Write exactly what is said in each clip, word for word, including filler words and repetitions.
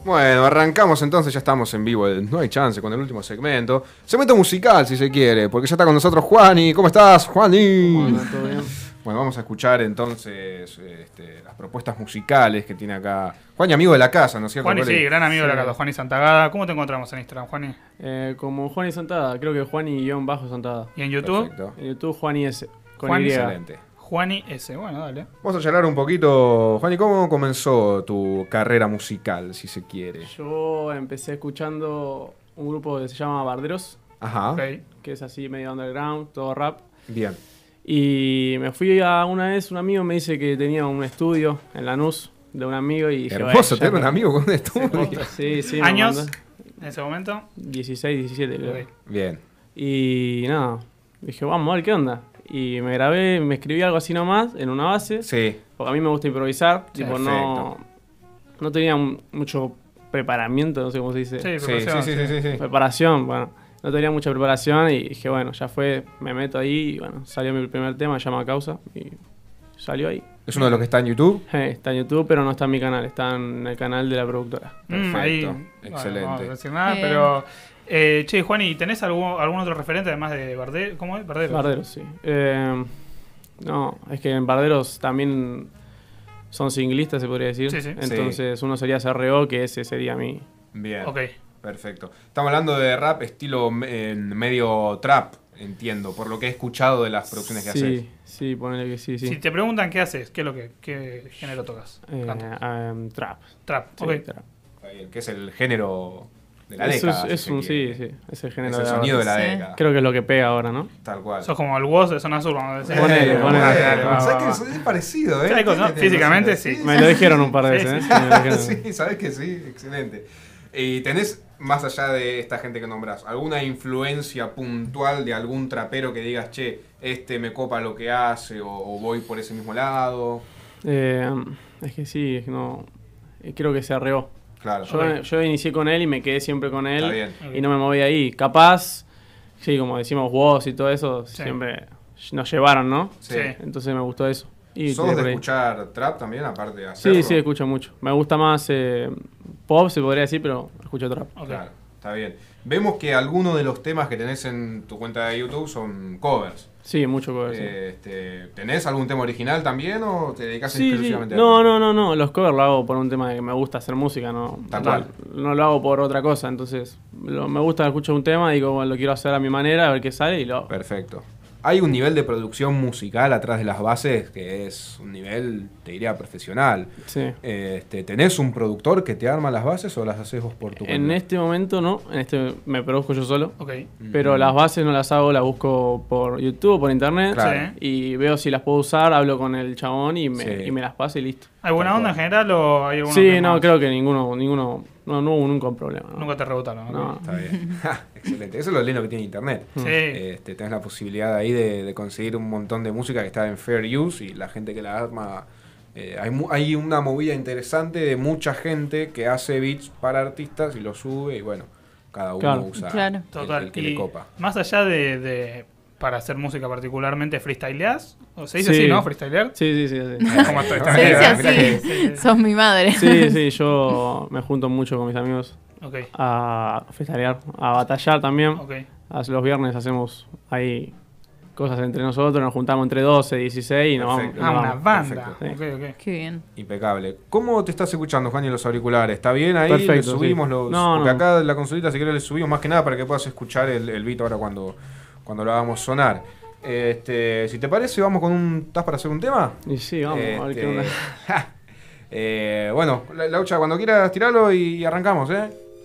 Bueno, arrancamos entonces, ya estamos en vivo, no hay chance con el último segmento. Segmento musical, si se quiere, porque ya está con nosotros Juani. ¿Cómo estás, Juani? Bueno, todo bien. Bueno, vamos a escuchar entonces este, las propuestas musicales que tiene acá Juani, amigo de la casa, ¿no es cierto? Juani, sí, gran amigo sí. de la casa, Juani Santagada. ¿Cómo te encontramos en Instagram, Juani? Eh, como Juani Santada, creo que Juani-Santada. ¿Y en YouTube? Perfecto. En YouTube Juani S. Con Juani, Y. Excelente. Juani S. Bueno, dale. Vamos a charlar un poquito, Juani, ¿cómo comenzó tu carrera musical, si se quiere? Yo empecé escuchando un grupo que se llama Barderos, Ajá, Ok. que es así medio underground, todo rap. bien. Y me fui a una vez, un amigo me dice que tenía un estudio en Lanús de un amigo y dije, Hermoso "Bueno, tener ya un me- amigo con un estudio. Sí, sí. me ¿Años mandó. en ese momento? dieciséis, diecisiete creo. Ok. Bien. Y nada, dije, vamos a ver qué onda. Y me grabé, me escribí algo así nomás, en una base. Sí, Porque a mí me gusta improvisar. Sí, tipo, no, no tenía m- mucho preparamiento, no sé cómo se dice. Sí, sí, preparación, sí, sí, sí, sí. Preparación, bueno. No tenía mucha preparación y dije, bueno, ya fue, me meto ahí y bueno, salió mi primer tema, se llama Causa y salió ahí. ¿Es uno de los que está en YouTube? Eh, está en YouTube, pero no está en mi canal, está en el canal de la productora. Mm, Perfecto, ahí, excelente. Bueno, no voy a decir nada, Bien. pero... Eh, che, Juani, ¿tenés algún, algún otro referente además de Bardero? ¿Cómo es? Bardero. Barderos, sí. Eh, no, es que en Barderos también son singlistas, se podría decir. Sí, sí. Entonces uno sería C R O, que ese sería mi... Bien. Ok. Perfecto. Estamos hablando de rap estilo me- en medio trap, entiendo, por lo que he escuchado de las producciones que haces. Sí, sí, ponele que sí, sí. Si te preguntan qué haces, ¿qué es lo que qué género tocas? Eh, Cantas. um, trap. Trap. Sí, Ok. trap. Está bien, que es el género de la Eso década. es, es si un, se sí, quiere. sí, es el Es género el de sonido de ahora. la Sí. década. Creo que es lo que pega ahora, ¿no? Tal cual. Sos como el Woz de Zona Sur, vamos a decir. Ponele, ponele. Dale, dale, va, ¿Sabes va, que va. es parecido, eh? Sí, hay cosas, ¿no? Tiene Físicamente, cositas. sí. Me lo dijeron un par de Sí, veces, sí, ¿eh? Me lo dijeron. Sí, sabes que sí, excelente. Y tenés, más allá de esta gente que nombrás, ¿alguna influencia puntual de algún trapero que digas, che, este me copa lo que hace o, o voy por ese mismo lado? Eh, es que sí, es que no... eh, Creo que se arreó. Claro. Yo, Ok. yo inicié con él y me quedé siempre con él. Está bien. Ok. Y no me moví ahí. Capaz, sí, como decimos vos y todo eso, Sí. siempre nos llevaron, ¿no? Sí. Sí. Entonces me gustó eso. Y ¿Sos tiré de por ahí. escuchar trap también, aparte de hacerlo? Sí, sí, escucho mucho. Me gusta más eh, pop, se podría decir, pero escucho trap. Ok. Claro, está bien. Vemos que algunos de los temas que tenés en tu cuenta de YouTube son covers. Sí, mucho cover, sí. Eh, este, ¿Tenés algún tema original también o te dedicas Sí, sí. exclusivamente a No, no, no, no. Los covers lo hago por un tema de que me gusta hacer música, no, Tal no, cual. no lo hago por otra cosa. Entonces, lo- me gusta escuchar un tema, digo, bueno, lo quiero hacer a mi manera, a ver qué sale y lo hago. Perfecto. Hay un nivel de producción musical atrás de las bases que es un nivel, te diría, profesional. Sí. Este, ¿Tenés un productor que te arma las bases o las haces vos por tu En cuenta? este momento no, en este me produzco yo solo. Ok. Pero las bases no las hago, las busco por YouTube, por internet. Claro. Y veo si las puedo usar, hablo con el chabón y me, Sí. y me las paso y listo. ¿Hay buena Tal onda en cual. general o hay alguno Sí, que no, más? creo que ninguno, ninguno, no, no hubo nunca un problema. ¿no? Nunca te rebotaron, ¿no? No. Está bien. Ja, excelente. Eso es lo lindo que tiene internet. Sí. Este, tenés la posibilidad ahí de, de conseguir un montón de música que está en fair use y la gente que la arma. eh, hay, mu- hay una movida interesante de mucha gente que hace beats para artistas y los sube y bueno, cada uno Claro. usa Claro. el- Total. el, que y le copa. más allá de, de para hacer música particularmente, ¿freestyleás? ¿O se dice Sí. así, no? ¿Freestylear? Sí, sí, sí. sí. ¿Cómo estoy? Se dice Mirá así. que- Sos mi madre. Sí, sí, yo me junto mucho con mis amigos Ok, a freestylear, a batallar también. ok. A- Los viernes hacemos ahí cosas entre nosotros, nos juntamos entre doce, dieciséis y nos vamos. Perfecto. y Ah, nos una vamos. banda. Perfecto. Ok, ok. Qué bien. Impecable. ¿Cómo te estás escuchando, Juan, y los auriculares? ¿Está bien ahí? Perfecto, ¿Le subimos sí. los...? No, porque no. acá en la consolita, si querés, le subimos más que nada para que puedas escuchar el, el beat ahora cuando, cuando lo hagamos sonar. Este, si te parece, vamos con un... ¿Estás para hacer un tema? Y sí, vamos, a ver Este, qué onda. eh, bueno, La- Laucha, cuando quieras tirarlo y, y arrancamos, ¿eh?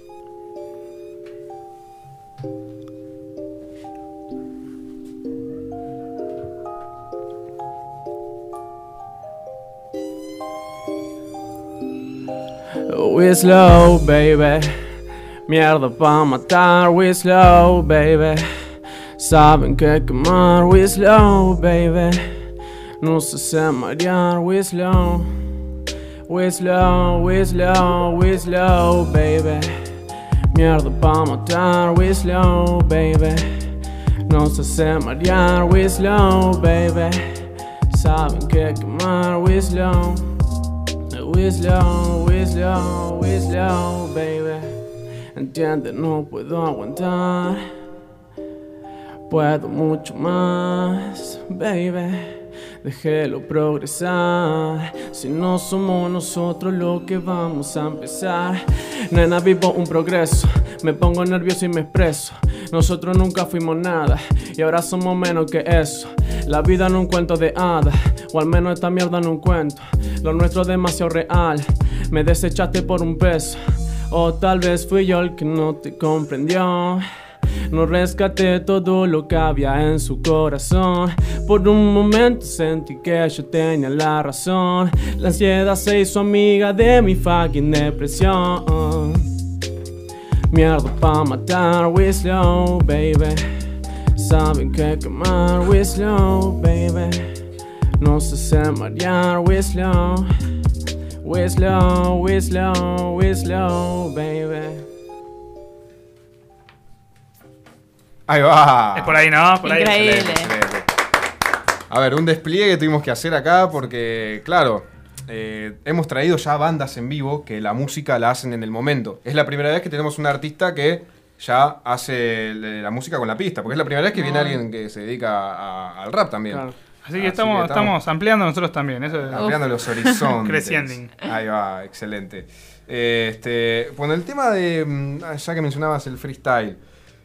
We slow, baby. Mierda pa' matar, we slow, baby. Saben que quemar, we slow, baby. Nos hace marear, we slow. We slow, we slow, we slow, baby. Mierda pa' matar, we slow, baby. Nos hace marear, we slow, baby. Saben que quemar, we slow. we slow, we slow, we slow, baby. Entiende, no puedo aguantar. Puedo mucho más, baby. Déjelo progresar. Si no somos nosotros lo que vamos a empezar. Nena, vivo un progreso. Me pongo nervioso y me expreso. Nosotros nunca fuimos nada y ahora somos menos que eso. La vida no es un cuento de hadas, o al menos esta mierda no es un cuento. Lo nuestro es demasiado real. Me desechaste por un beso, o tal vez fui yo el que no te comprendió. No rescaté todo lo que había en su corazón. Por un momento sentí que yo tenía la razón. La ansiedad se hizo amiga de mi fucking depresión. Mierda pa' matar, we slow, baby. Saben que quemar, we slow, baby. No se hace marear, we slow. We slow, we slow, we slow, baby. Ahí va. Es por ahí, ¿no? Por ahí. Increíble. Excelente, excelente. A ver, un despliegue que tuvimos que hacer acá porque, claro, eh, hemos traído ya bandas en vivo que la música la hacen en el momento. Es la primera vez que tenemos un artista que ya hace la música con la pista, porque es la primera vez que viene alguien que se dedica a- al rap también. Claro. Así que, Así estamos, que estamos- estamos ampliando nosotros también. Eso es- Ampliando los horizontes. Creciendo. Ahí va, excelente. Eh, Este, bueno, el tema de, mm, ya que mencionabas el freestyle,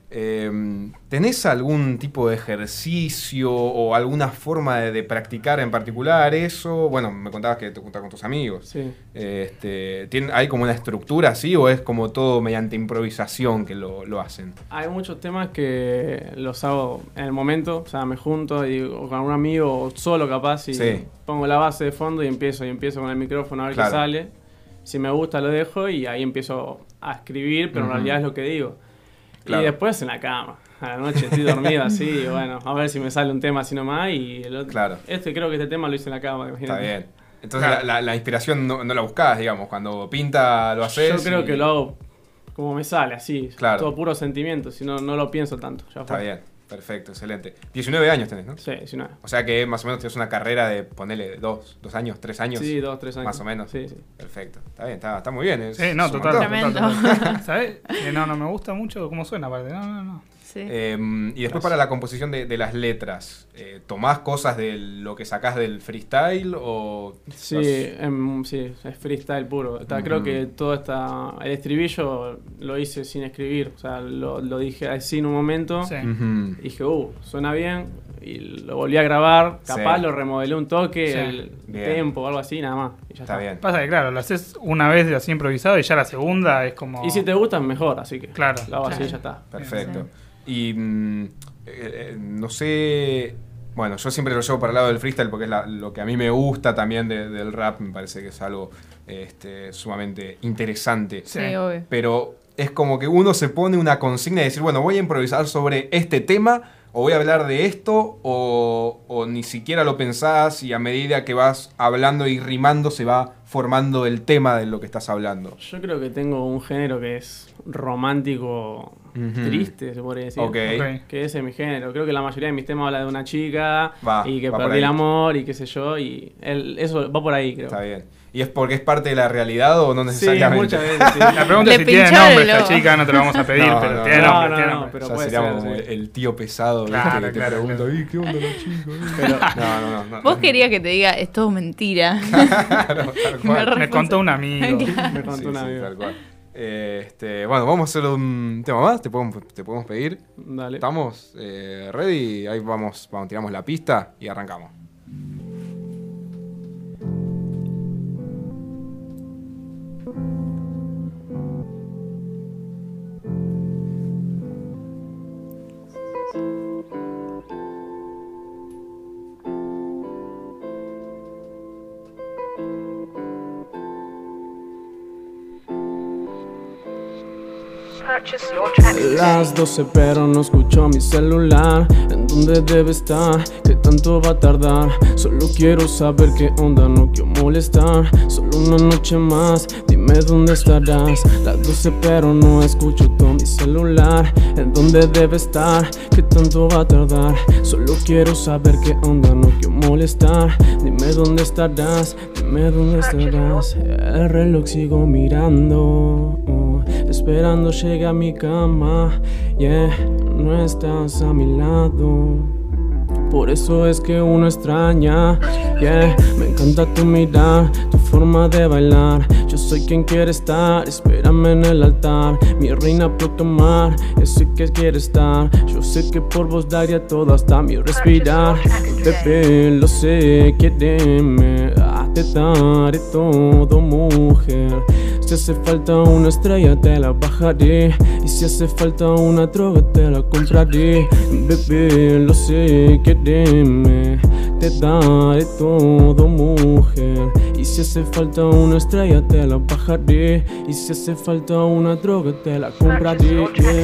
eh, ¿tenés algún tipo de ejercicio o alguna forma de, de practicar en particular eso? Bueno, me contabas que te juntas con tus amigos. Sí. Este, ¿tiene- ¿Hay como una estructura así o es como todo mediante improvisación que lo, lo hacen? Hay muchos temas que los hago en el momento, o sea, me junto y, o con un amigo o solo capaz y Sí. pongo la base de fondo y empiezo y empiezo con el micrófono a ver Claro. qué sale. Si me gusta lo dejo y ahí empiezo a escribir, pero Ujú. en realidad es lo que digo. Claro. Y después en la cama, a la noche estoy dormido así, y bueno, a ver si me sale un tema así nomás y el otro. Claro. Este creo que este tema lo hice en la cama, Está imagínate. bien. Entonces Claro. la, la- la inspiración no, no la buscás, digamos. Cuando pinta lo haces. Yo creo y- que lo hago como me sale, así, Claro. todo puro sentimiento, si no, no lo pienso tanto. Ya Está fue. bien, perfecto, excelente. diecinueve años tenés, ¿no? Sí, diecinueve. O sea que más o menos tienes una carrera de, ponele, dos, dos años, tres años. Sí, dos, tres años. Más o menos. Sí, sí. Perfecto. Está bien, está, está muy bien. Es, Sí, no, es un total, montón. total, Tremendo. total. ¿Sabes? Eh, no, no me gusta mucho cómo suena aparte. No, no, no. Sí. Eh, y después para la composición de, de las letras, eh, ¿tomás cosas de lo que sacás del freestyle o...? Sí, los- em, sí, es freestyle puro. Está- Ujú. Creo que todo está... El estribillo lo hice sin escribir, o sea, lo, lo dije así en un momento. Sí. Ujú. Y dije, uh, suena bien, y lo volví a grabar, capaz Sí. lo remodelé un toque, Sí. el Bien. tempo, algo así, nada más. Y ya Está bien. Pasa que, claro, lo haces una vez así improvisado y ya la segunda es como. Y si te gusta, mejor, así que Claro. lo hago así y Claro. ya está. Perfecto. Y mm, eh, eh, no sé, bueno, yo siempre lo llevo para el lado del freestyle porque es la- lo que a mí me gusta también de- del rap, me parece que es algo este, sumamente interesante. Sí, Sí. obvio. Pero es como que uno se pone una consigna de decir, bueno, voy a improvisar sobre este tema o voy a hablar de esto o, o ni siquiera lo pensás y a medida que vas hablando y rimando se va formando el tema de lo que estás hablando. Yo creo que tengo un género que es romántico, Ujú. triste, se podría decir. Ok. Ok. Que ese es mi género. Creo que la mayoría de mis temas habla de una chica Va, y que va por perdí el ahí. amor y qué sé yo. Y el- eso va por ahí, creo. Está bien. ¿Y es porque es parte de la realidad o no Sí, necesariamente? muchas veces. Sí. La pregunta Le es si tiene pincharon nombre el esta logo. chica, no te lo vamos a pedir, No, pero no, tiene no. nombre, No, tiene no, nombre. pero Ya puede seríamos ser, como sí. el tío pesado, ¿viste? Claro, que te claro, pregunta, claro. "Ey, ¿qué onda los chicos? Pero- No, no, no. no Vos no. querías que te diga, es todo mentira. Claro, tal cual. Me contó un amigo. Me contó Sí, un sí, amigo. tal cual. Eh, este, bueno, vamos a hacer un tema más. ¿Te podemos, te podemos pedir? Dale. ¿Estamos eh, ready? Ahí vamos, vamos, tiramos la pista y arrancamos. Las doce pero no escucho mi celular. ¿En dónde debe estar? ¿Qué tanto va a tardar? Solo quiero saber qué onda, no quiero molestar. Solo una noche más, dime dime dónde estarás. Las doce pero no escucho tu mi celular. ¿En dónde debe estar? ¿Qué tanto va a tardar? Solo quiero saber qué onda, no quiero molestar. Dime dónde estarás, dime dónde estarás. El reloj sigo mirando, oh, esperando llegue a mi cama. Yeah, no estás a mi lado. Por eso es que uno extraña, yeah. Me encanta tu mirar, tu forma de bailar. Yo soy quien quiere estar, espérame en el altar. Mi reina proclamar, eso que quiere estar. Yo sé que por vos daría todo hasta mi respirar. Bebé, lo sé, quiereme, te daré todo, mujer. Si hace falta una estrella te la bajaré. Y si hace falta una droga te la compraré. Bebé, lo sé, quiereme, te daré todo, mujer. Y si hace falta una estrella te la bajaré. Y si hace falta una droga te la compraré, yeah.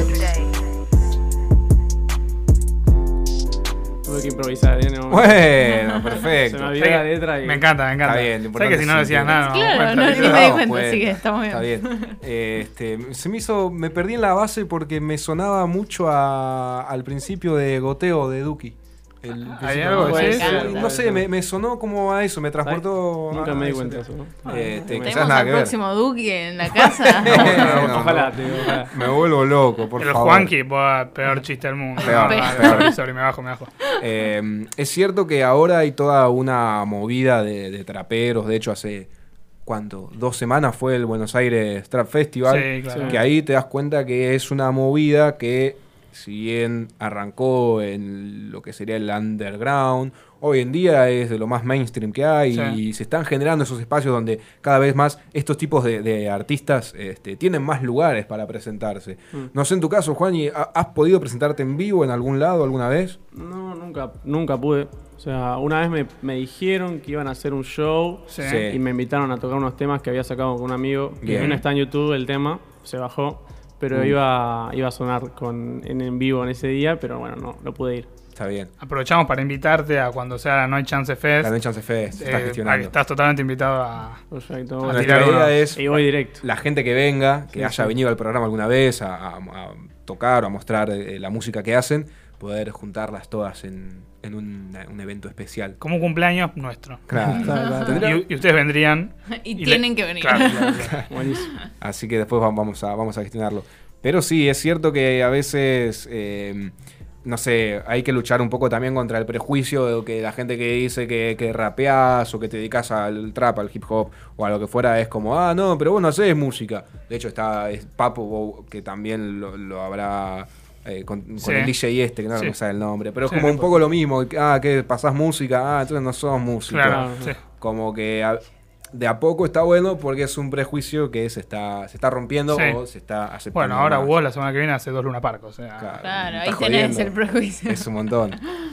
Tuve que improvisar, ¿eh? No, bueno, perfecto. se me olvidó la letra y... Me encanta, me encanta. Está bien, lo Sé importante que si no es decías que- nada, no me Claro, cuenta, no, ¿viste? ni me di No, cuenta, bueno, así que está muy bien. Está bien. Este, se me hizo, me perdí en la base porque me sonaba mucho a, al principio de Goteo de Duki. El ¿Hay principio algo de- que sí? Sí, no sé, me, me sonó como a eso, me transportó. Nunca a me di eso. cuenta de eso, ¿no? Este, quizás Tenemos nada al que ver. próximo Duki en la casa. No, no, Ojalá, no. te digo, ojalá. Me vuelvo loco, por El favor. Juanqui, buah, peor chiste del mundo. Peor, No, no, peor. sorry, sorry, me bajo, me bajo. Eh, es cierto que ahora hay toda una movida de, de traperos. De hecho, hace ¿cuánto? Dos semanas fue el Buenos Aires Trap Festival. Sí, claro. Que ahí te das cuenta que es una movida que, si bien arrancó en lo que sería el underground, hoy en día es de lo más mainstream que hay. Sí. Y se están generando esos espacios donde cada vez más estos tipos de, de artistas este, tienen más lugares para presentarse. Mm. No sé, en tu caso, Juan, ¿has podido presentarte en vivo en algún lado alguna vez? No, nunca, nunca pude. O sea, una vez me, me dijeron que iban a hacer un show Sí. Sí. y me invitaron a tocar unos temas que había sacado con un amigo. Que Bien. no está en YouTube el tema, se bajó. Pero Uh. iba, iba a sonar con, en, en vivo en ese día, pero bueno, no, no pude ir. Está bien. Aprovechamos para invitarte a cuando sea la No Hay Chance Fest. La No Hay Chance Fest, se está Eh, gestionando. Estás totalmente invitado a... Perfecto. A Nuestra tirar idea una- es Y voy directo. la gente que venga, que Sí, haya sí. venido al programa alguna vez a, a- a tocar o a mostrar eh, la música que hacen, poder juntarlas todas en, en un, un evento especial. Como un cumpleaños nuestro. Claro. Claro, Tendría- Y, y ustedes vendrían. Y le- tienen que venir. Claro, claro, claro. Buenísimo. Así que después va- vamos a, vamos a gestionarlo. Pero sí, es cierto que a veces, eh, no sé, hay que luchar un poco también contra el prejuicio de que la gente que dice que, que rapeás o que te dedicas al trap, al hip hop o a lo que fuera es como, ah, no, pero vos no hacés música. De hecho está es Papo, que también lo, lo habrá... eh, con, con Sí. el D J este, que no Sí. me sabe el nombre, pero es Sí, como no un poco lo mismo, ah, que pasás música, ah, entonces no sos música. Claro, Claro. sí. Como que a- de a poco está bueno porque es un prejuicio que se está, se está rompiendo Sí. o se está aceptando. Bueno, ahora más. vos la semana que viene hace dos Luna Park, o sea... Claro, Claro, me ahí estás tenés jodiendo. el prejuicio. Es un montón.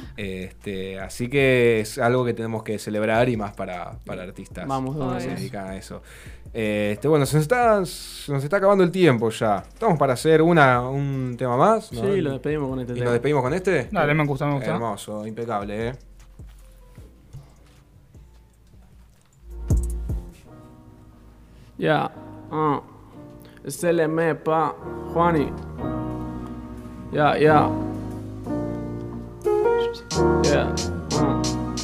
Este, así que es algo que tenemos que celebrar y más para, para artistas Vamos, que vamos. se dedican a eso. Este, bueno, se nos, está, se nos está acabando el tiempo ya. Estamos para hacer una, un tema más. ¿no? Sí, lo despedimos con este ¿Y tema. nos despedimos con este? Dale, me gusta, me gusta. Hermoso, impecable, ¿eh? Ya, ah, es el M pa Juani. Ya, ya. Ya, ah.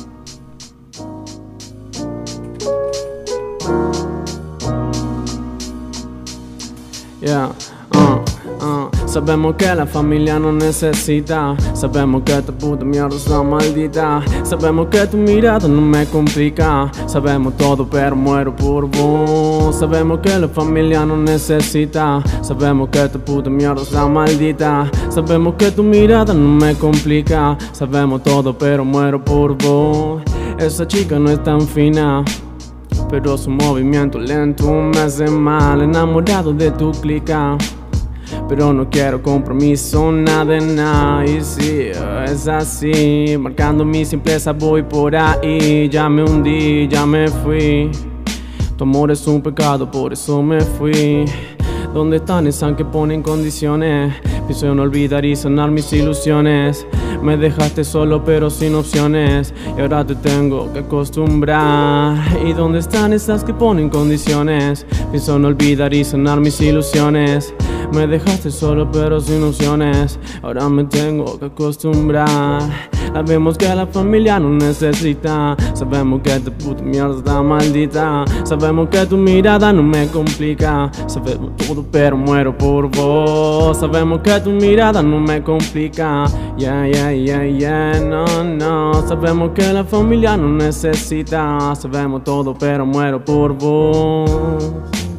Ya, ah, ah. Sabemos que la familia no necesita. Sabemos que esta puta mierda está maldita. Sabemos que tu mirada no me complica. Sabemos todo pero muero por vos. Sabemos que la familia no necesita. Sabemos que esta puta mierda está maldita. Sabemos que tu mirada no me complica. Sabemos todo pero muero por vos. Esa chica no es tan fina, pero su movimiento lento me hace mal. Enamorado de tu clica, pero no quiero compromiso, nada de nada. Y si es así, marcando mi simpleza voy por ahí. Ya me hundí, ya me fui. Tu amor es un pecado, por eso me fui. ¿Dónde están esas que ponen condiciones? Pienso en olvidar y sanar mis ilusiones. Me dejaste solo pero sin opciones y ahora te tengo que acostumbrar. ¿Y dónde están esas que ponen condiciones? Pienso en olvidar y sanar mis ilusiones. Me dejaste solo pero sin opciones, ahora me tengo que acostumbrar. Sabemos que la familia no necesita, sabemos que tu puta mierda está maldita, sabemos que tu mirada no me complica, sabemos todo pero muero por vos. Sabemos que tu mirada no me complica, yeah, yeah, yeah, yeah, no, no. Sabemos que la familia no necesita, sabemos todo pero muero por vos.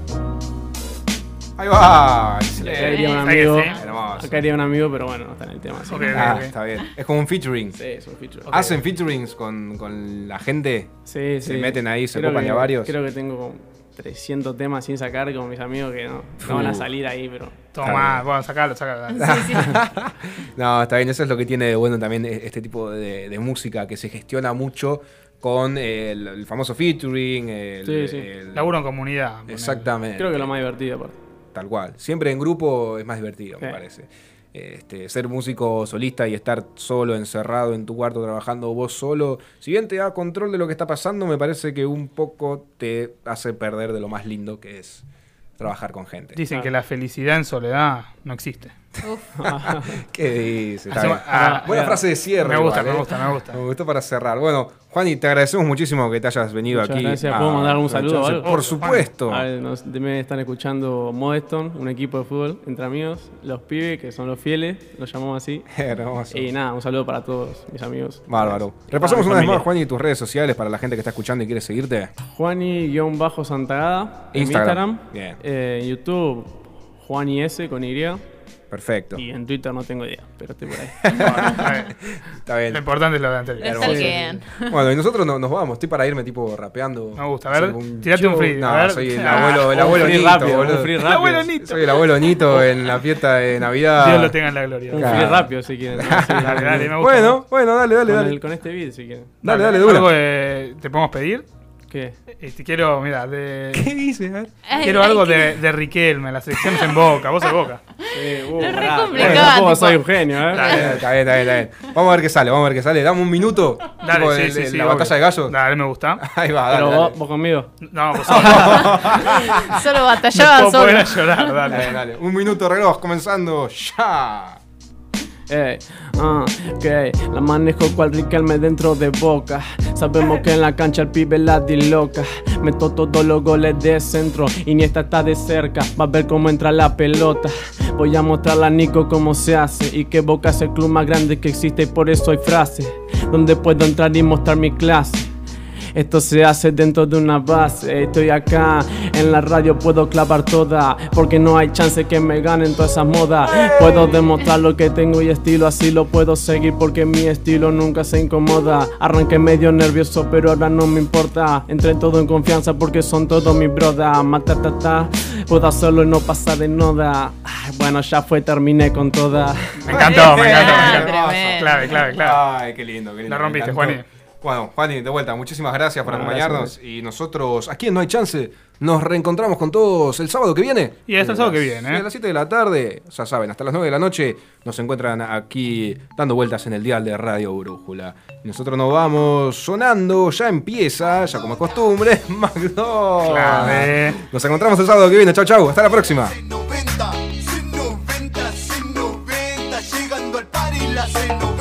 Ahí va. Acá iría un Sí, amigo, sí. Hermoso. acá iría un amigo, pero bueno, no está en el tema. Así. Ok, que- Ah, ok. está bien. Es como un featuring. Sí, es un feature. ¿Hacen featurings con, con la gente? Sí, Se sí. meten ahí, se Creo copan que- a varios. Creo que tengo como trescientos temas sin sacar con mis amigos que no, no van a salir ahí, pero... Toma, bueno, sacalo, sacalo. dale. Sí, sí. No, está bien. Eso es lo que tiene de bueno también este tipo de, de música que se gestiona mucho con el, el famoso featuring. El, Sí, sí. el- Laburo en comunidad. ponele. Exactamente. Creo que es lo más divertido, aparte. Tal cual. Siempre en grupo es más divertido, me Sí. parece. Este, ser músico solista y estar solo, encerrado en tu cuarto, trabajando vos solo, si bien te da control de lo que está pasando, me parece que un poco te hace perder de lo más lindo que es trabajar con gente. Dicen que la felicidad en soledad no existe. Uf. ¿Qué dices? Está Hacemos- bien. ah, Buena ah, frase de cierre. Me gusta, igual, me ¿eh? gusta, me gusta. Me gustó para cerrar. Bueno, Juani, te agradecemos muchísimo que te hayas venido Muchas aquí. gracias. a- ¿Puedo mandar algún a- saludo o algo? Por supuesto. A ver, nos, me están escuchando Modeston, un equipo de fútbol entre amigos, los pibes que son los fieles, los llamamos así. Hermoso. Y nada, un saludo para todos mis amigos. Bárbaro. Repasamos Ah, mi una vez familia. más, Juani, tus redes sociales para la gente que está escuchando y quiere seguirte. Juani-Santagada en Instagram. Instagram. Bien. Eh, en YouTube, Juani S con Y. Perfecto. Y en Twitter no tengo idea, pero estoy por ahí. Bueno, está bien. Está Lo bien. importante es lo de anterior. Está bien. Bueno, y nosotros no- nos vamos. Estoy para irme tipo rapeando. Me gusta. A ver, Soy tirate un free. No, a ver. soy el Ah, abuelo, el un abuelo free Nito, rápido, boludo. un free El rápido. abuelo Nito. Soy el abuelo Nito en la fiesta de Navidad. Dios lo tenga en la gloria. Un Claro. free rápido si quieren. ¿no? Sí, Dale, dale, me gusta. Bueno, bueno, dale, dale, con, dale. el- con este beat si quieren. Dale, dale, Algo dura. de- ¿Te podemos pedir? ¿Qué? Este, quiero, mira, de... ¿Qué dices? A ver. Ay, Quiero ay, algo qué- de, de Riquelme, las secciones en Boca, vos de Boca. Eh, uh, Es re pará, complicado, bueno, tampoco tipo- soy un genio, ¿eh? Dale. Eh, Está bien, está bien, está bien. Vamos a ver qué sale, vamos a ver qué sale. Dame un minuto. Dale, tipo sí, el- sí, el- sí. La obvio. batalla de gallos. Dale, me gusta. Ahí va, dale. Pero dale. vos, vos conmigo. No, vos solo. Solo No batallaba puedo solo. poner a llorar, Dale, dale. dale. Un minuto reloj comenzando ya. Ey, ah, ok, la manejo cual Riquelme dentro de Boca. Sabemos que en la cancha el pibe la disloca. Meto todos los goles de centro, Iniesta está de cerca, va a ver cómo entra la pelota. Voy a mostrarle a Nico cómo se hace y que Boca es el club más grande que existe y por eso hay frases donde puedo entrar y mostrar mi clase. Esto se hace dentro de una base. Estoy acá en la radio, puedo clavar toda, porque no hay chance que me ganen todas esas modas. Puedo demostrar lo que tengo y estilo, así lo puedo seguir porque mi estilo nunca se incomoda. Arranqué medio nervioso pero ahora no me importa. Entré todo en confianza porque son todos mis brothers. Mata, ta, ta. Puedo hacerlo y no pasa de nada. Ay, bueno, ya fue, terminé con toda. Me encantó, me encantó, Ah, me encantó. tremendo. Clave, clave, clave. Ay, qué lindo, qué lindo. La me rompiste, encantó. Juani. Bueno, Juani, de vuelta, muchísimas gracias por Bueno, acompañarnos. gracias. Y nosotros, aquí en No Hay Chance, nos reencontramos con todos el sábado que viene. Y hasta el sábado que viene, Sí, ¿eh? a las siete de la tarde, ya saben, hasta las nueve de la noche nos encuentran aquí dando vueltas en el dial de Radio Brújula. Y nosotros nos vamos sonando, ya empieza, ya como es costumbre, McDonald's. Clave. Nos encontramos el sábado que viene, chau chau, hasta la próxima. noventa, noventa, noventa, llegando al par y la C noventa.